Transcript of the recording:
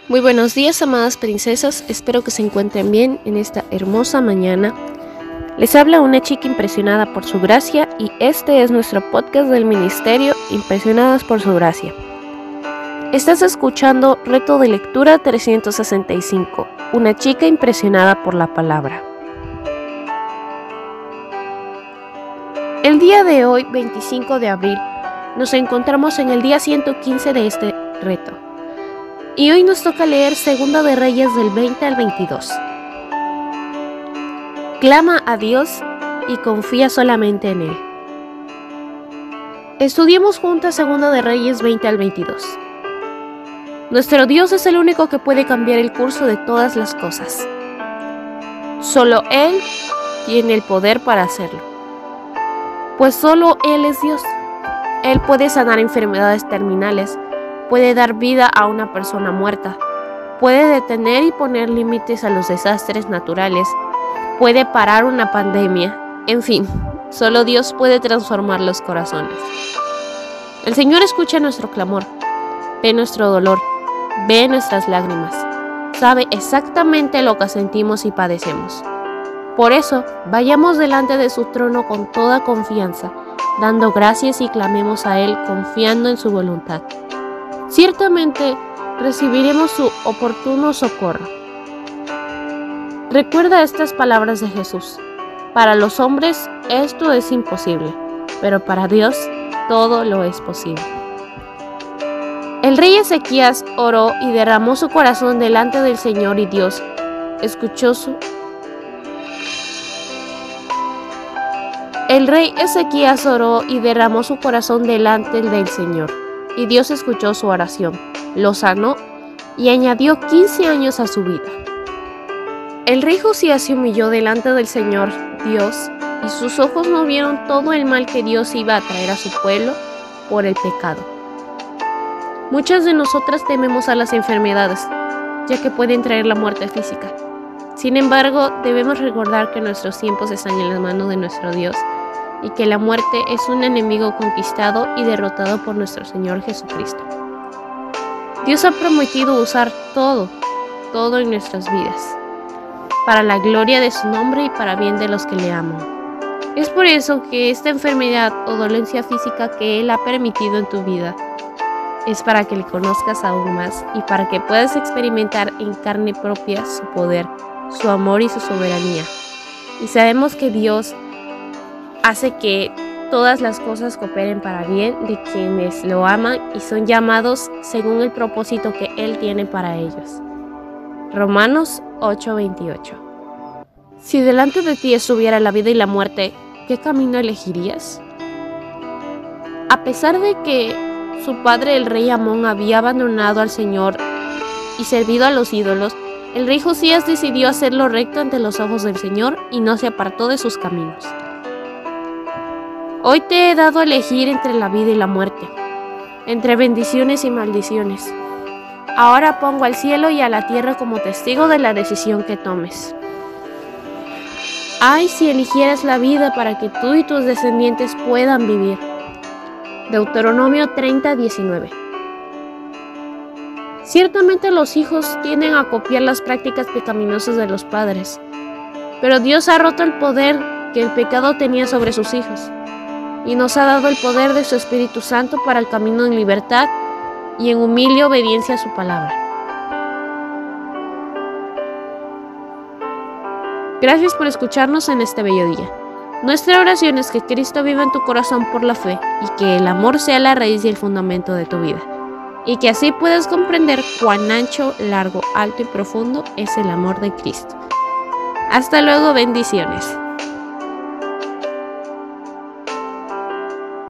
Muy buenos días, amadas princesas, espero que se encuentren bien en esta hermosa mañana. Les habla una chica impresionada por su gracia y este es nuestro podcast del ministerio Impresionadas por su gracia. Estás escuchando Reto de Lectura 365, una chica impresionada por la palabra. El día de hoy, 25 de abril, nos encontramos en el día 115 de este reto. Y hoy nos toca leer Segunda de Reyes del 20 al 22. Clama a Dios y confía solamente en Él. Estudiemos juntas Segunda de Reyes 20 al 22. Nuestro Dios es el único que puede cambiar el curso de todas las cosas. Solo Él tiene el poder para hacerlo. Pues solo Él es Dios. Él puede sanar enfermedades terminales, puede dar vida a una persona muerta, puede detener y poner límites a los desastres naturales, puede parar una pandemia, en fin, solo Dios puede transformar los corazones. El Señor escucha nuestro clamor, ve nuestro dolor, ve nuestras lágrimas, sabe exactamente lo que sentimos y padecemos. Por eso, vayamos delante de su trono con toda confianza, dando gracias y clamemos a Él confiando en su voluntad. Ciertamente recibiremos su oportuno socorro. Recuerda estas palabras de Jesús. Para los hombres esto es imposible, pero para Dios todo lo es posible. El rey Ezequías oró y derramó su corazón delante del Señor y Dios escuchó su oración, lo sanó y añadió 15 años a su vida. El rey Josías se humilló delante del Señor Dios y sus ojos no vieron todo el mal que Dios iba a traer a su pueblo por el pecado. Muchas de nosotras tememos a las enfermedades, ya que pueden traer la muerte física. Sin embargo, debemos recordar que nuestros tiempos están en las manos de nuestro Dios y que la muerte es un enemigo conquistado y derrotado por nuestro Señor Jesucristo. Dios ha prometido usar todo en nuestras vidas, para la gloria de su nombre y para bien de los que le aman. Es por eso que esta enfermedad o dolencia física que Él ha permitido en tu vida es para que le conozcas aún más y para que puedas experimentar en carne propia su poder, su amor y su soberanía. Y sabemos que Dios hace que todas las cosas cooperen para bien de quienes lo aman y son llamados según el propósito que Él tiene para ellos. Romanos 8:28. Si delante de ti estuviera la vida y la muerte, ¿qué camino elegirías? A pesar de que su padre el rey Amón había abandonado al Señor y servido a los ídolos, el rey Josías decidió hacer lo recto ante los ojos del Señor y no se apartó de sus caminos. Hoy te he dado a elegir entre la vida y la muerte, entre bendiciones y maldiciones. Ahora pongo al cielo y a la tierra como testigo de la decisión que tomes. Ay, si eligieras la vida para que tú y tus descendientes puedan vivir. Deuteronomio 30:19. Ciertamente los hijos tienden a copiar las prácticas pecaminosas de los padres, pero Dios ha roto el poder que el pecado tenía sobre sus hijos y nos ha dado el poder de su Espíritu Santo para el camino en libertad y en humilde obediencia a su palabra. Gracias por escucharnos en este bello día. Nuestra oración es que Cristo viva en tu corazón por la fe y que el amor sea la raíz y el fundamento de tu vida, y que así puedas comprender cuán ancho, largo, alto y profundo es el amor de Cristo. Hasta luego, bendiciones.